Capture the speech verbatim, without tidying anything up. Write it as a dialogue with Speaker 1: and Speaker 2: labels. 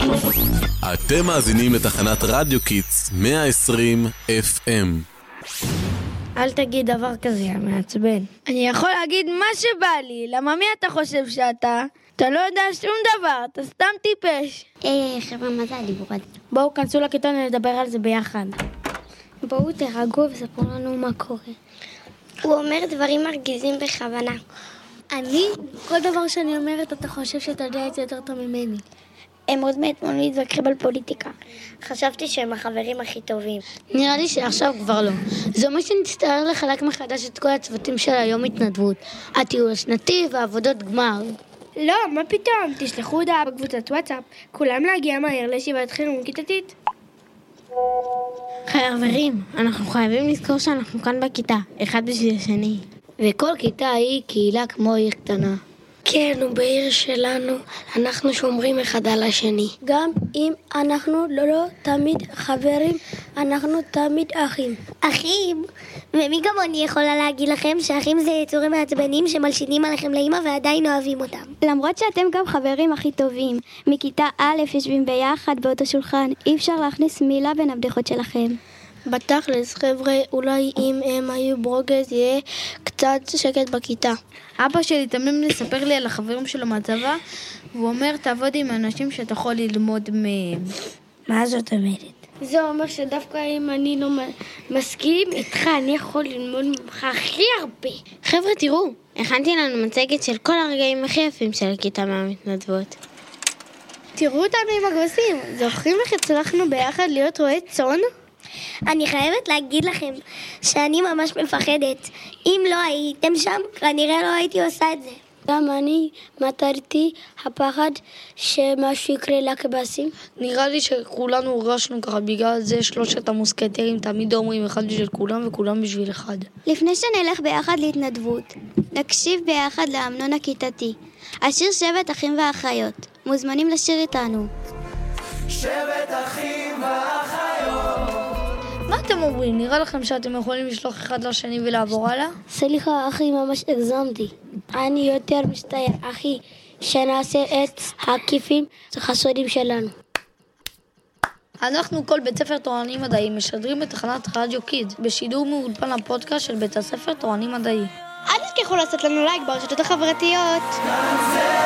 Speaker 1: אתם מאזינים לתחנת רדיו קיטס מאה ועשרים אף אם.
Speaker 2: אל תגיד דבר כזה, מעצבן. אני יכול להגיד מה שבא לי, למה מי אתה חושב שאתה? אתה לא יודע שום דבר, אתה סתם טיפש.
Speaker 3: אה, חבר'ה, מה זה הדיבור הזה?
Speaker 2: בואו, כנסו לכיתה ונדבר על זה ביחד.
Speaker 3: בואו תרגעו וספרו לנו מה קורה. הוא אומר דברים מרגיזים בכוונה.
Speaker 2: אני, כל דבר שאני אומרת, אתה חושב שאתה יודע את זה יותר טוב ממני.
Speaker 3: הם עוד מאתמול מתווכחים על פוליטיקה. חשבתי שהם החברים הכי טובים.
Speaker 2: נראה לי שעכשיו כבר לא. זה אומר שנצטער לחלק מחדש את כל הצוותים של היום התנדבות. הטיול השנתי ועבודות גמר. לא, מה פתאום? תשלחו הודעה בקבוצת וואטסאפ. כולם להגיע מהר לישיבת חירום כיתתית. חברים, אנחנו חייבים לזכור שאנחנו כאן בכיתה, אחד בשביל השני.
Speaker 3: וכל כיתה היא קהילה כמו עיר קטנה.
Speaker 2: כן, ובעיר שלנו אנחנו שומרים אחד על השני. גם אם אנחנו לא, לא תמיד חברים, אנחנו תמיד אחים.
Speaker 3: אחים? ומי כמוני יכולה להגיד לכם שאחים זה יצורים מעצבנים שמלשינים עליכם לאמא ועדיין אוהבים אותם.
Speaker 4: למרות שאתם גם חברים הכי טובים, מכיתה א' יושבים ביחד באותו שולחן, אי אפשר להכניס מילה בין הבדיחות שלכם.
Speaker 2: בתכלס, חבר'ה, אולי אם הם היו ברוגז יהיה קצת שקט בכיתה. אבא שלי תמיד מספר לי על החברים שלו מהצבא, והוא אומר, תעבוד עם אנשים שאתה יכול ללמוד מהם.
Speaker 3: מה זאת אומרת?
Speaker 2: זה אומר שדווקא אם אני לא מסכים איתך, אני יכול ללמוד ממך הכי הרבה. חבר'ה, תראו, הכנתי לנו מצגת של כל הרגעים הכי יפים של הכיתה מהמתנדבות. תראו אותנו עם הכבשים, זוכרים איך הצלחנו ביחד להיות רועי צאן?
Speaker 3: אני חייבת להגיד לכם שאני ממש מפחדת. אם לא הייתם שם, כנראה לא הייתי עושה את זה.
Speaker 2: גם אני מטרתי הפחד שמשהו יקרה לכבשים. נראה לי שכולנו רשנו ככה, בגלל זה שלושת המוסקטרים תמיד אומרים אחד בשביל כולם וכולם בשביל אחד.
Speaker 4: לפני שנלך ביחד להתנדבות, נקשיב ביחד להמנון הכיתתי. השיר שבט אחים ואחיות. מוזמנים לשיר איתנו.
Speaker 5: שבט אחים ואחיות.
Speaker 2: מה אתם אומרים? נראה לכם שאתם יכולים לשלוח אחד לשני ולעבור הלאה?
Speaker 3: סליחה, אחי, ממש הגזמתי. אני יותר מצטער, אחי, שנעשה את הכיפים החסודים שלנו.
Speaker 2: אנחנו כל בית ספר תורני מדעי משדרים בתחנת רדיו קידס בשידור מאולפן הפודקאסט של בית הספר תורני מדעי. אל תשכחו לעשות לנו לייק ברשתות החברתיות.